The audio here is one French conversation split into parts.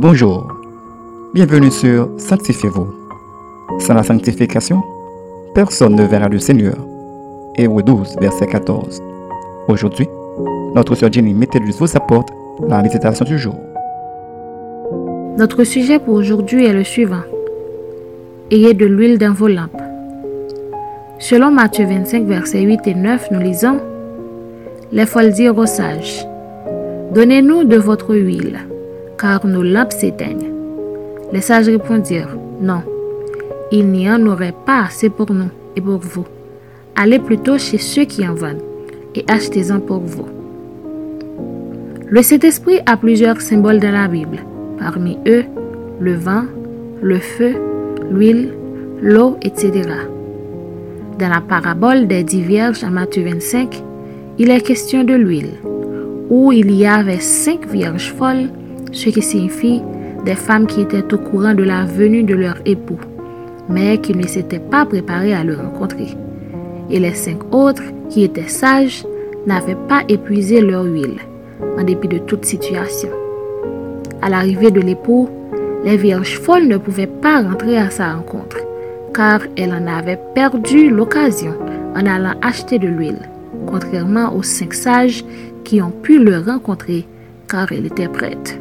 Bonjour, bienvenue sur Sanctifiez-vous. Sans la sanctification, personne ne verra le Seigneur. Hébreux 12, verset 14. Aujourd'hui, notre sœur Jenny Métellus vous apporte la méditation du jour. Notre sujet pour aujourd'hui est le suivant. Ayez de l'huile dans vos lampes. Selon Matthieu 25, versets 8 et 9, nous lisons « Les folles dirent aux sages, donnez-nous de votre huile, car nos lampes s'éteignent. Les sages répondirent, non, il n'y en aurait pas assez pour nous et pour vous. Allez plutôt chez ceux qui en vendent et achetez-en pour vous. » Le Saint-Esprit a plusieurs symboles dans la Bible. Parmi eux, le vent, le feu, l'huile, l'eau, etc. Dans la parabole des 10 vierges à Matthieu 25, il est question de l'huile, où il y avait 5 vierges folles, ce qui signifie des femmes qui étaient au courant de la venue de leur époux, mais qui ne s'étaient pas préparées à le rencontrer. Et les 5 autres, qui étaient sages, n'avaient pas épuisé leur huile, en dépit de toute situation. À l'arrivée de l'époux, les vierges folles ne pouvaient pas rentrer à sa rencontre, car elles en avaient perdu l'occasion en allant acheter de l'huile, contrairement aux 5 sages qui ont pu le rencontrer, car elle était prête.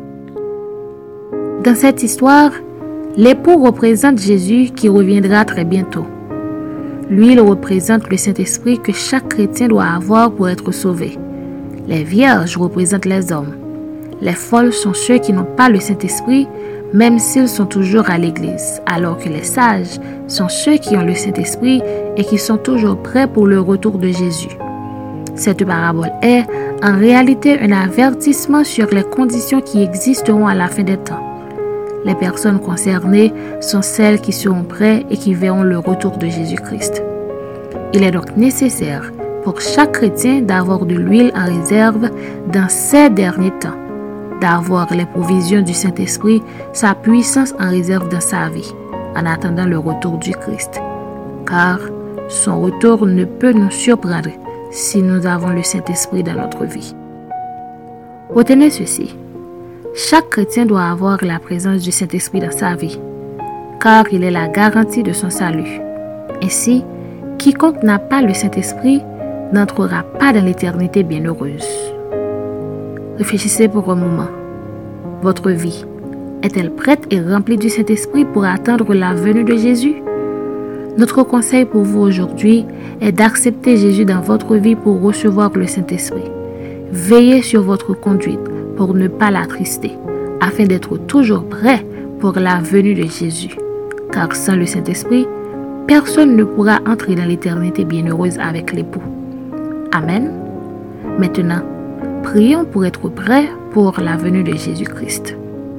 Dans cette histoire, l'époux représente Jésus qui reviendra très bientôt. L'huile représente le Saint-Esprit que chaque chrétien doit avoir pour être sauvé. Les vierges représentent les hommes. Les folles sont ceux qui n'ont pas le Saint-Esprit, même s'ils sont toujours à l'église, alors que les sages sont ceux qui ont le Saint-Esprit et qui sont toujours prêts pour le retour de Jésus. Cette parabole est, en réalité, un avertissement sur les conditions qui existeront à la fin des temps. Les personnes concernées sont celles qui seront prêtes et qui verront le retour de Jésus-Christ. Il est donc nécessaire pour chaque chrétien d'avoir de l'huile en réserve dans ces derniers temps, d'avoir les provisions du Saint-Esprit, sa puissance en réserve dans sa vie, en attendant le retour du Christ. Car son retour ne peut nous surprendre si nous avons le Saint-Esprit dans notre vie. Retenez ceci. Chaque chrétien doit avoir la présence du Saint-Esprit dans sa vie, car il est la garantie de son salut. Ainsi, quiconque n'a pas le Saint-Esprit n'entrera pas dans l'éternité bienheureuse. Réfléchissez pour un moment. Votre vie est-elle prête et remplie du Saint-Esprit pour attendre la venue de Jésus? Notre conseil pour vous aujourd'hui est d'accepter Jésus dans votre vie pour recevoir le Saint-Esprit. Veillez sur votre conduite pour ne pas l'attrister, afin d'être toujours prêt pour la venue de Jésus. Car sans le Saint-Esprit, personne ne pourra entrer dans l'éternité bienheureuse avec l'époux. Amen. Maintenant, prions pour être prêts pour la venue de Jésus-Christ.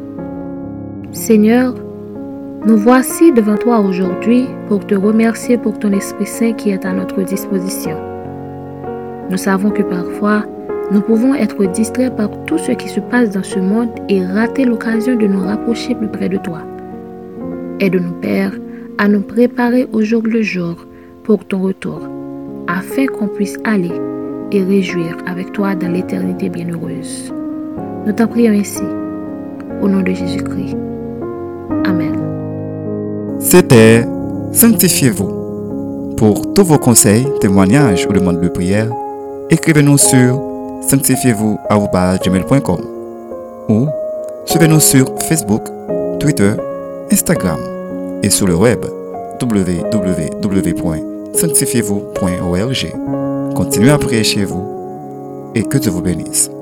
Seigneur, nous voici devant toi aujourd'hui pour te remercier pour ton Esprit Saint qui est à notre disposition. Nous savons que parfois, nous pouvons être distraits par tout ce qui se passe dans ce monde et rater l'occasion de nous rapprocher plus près de toi. Aide-nous, Père, à nous préparer au jour le jour pour ton retour, afin qu'on puisse aller et réjouir avec toi dans l'éternité bienheureuse. Nous t'en prions ainsi, au nom de Jésus-Christ. Amen. C'était Sanctifiez-vous. Pour tous vos conseils, témoignages ou demandes de prière, écrivez-nous sur sanctifiez-vous@gmail.com ou suivez-nous sur Facebook, Twitter, Instagram et sur le web www.sanctifiez-vous.org. Continuez à prier chez vous et que Dieu vous bénisse.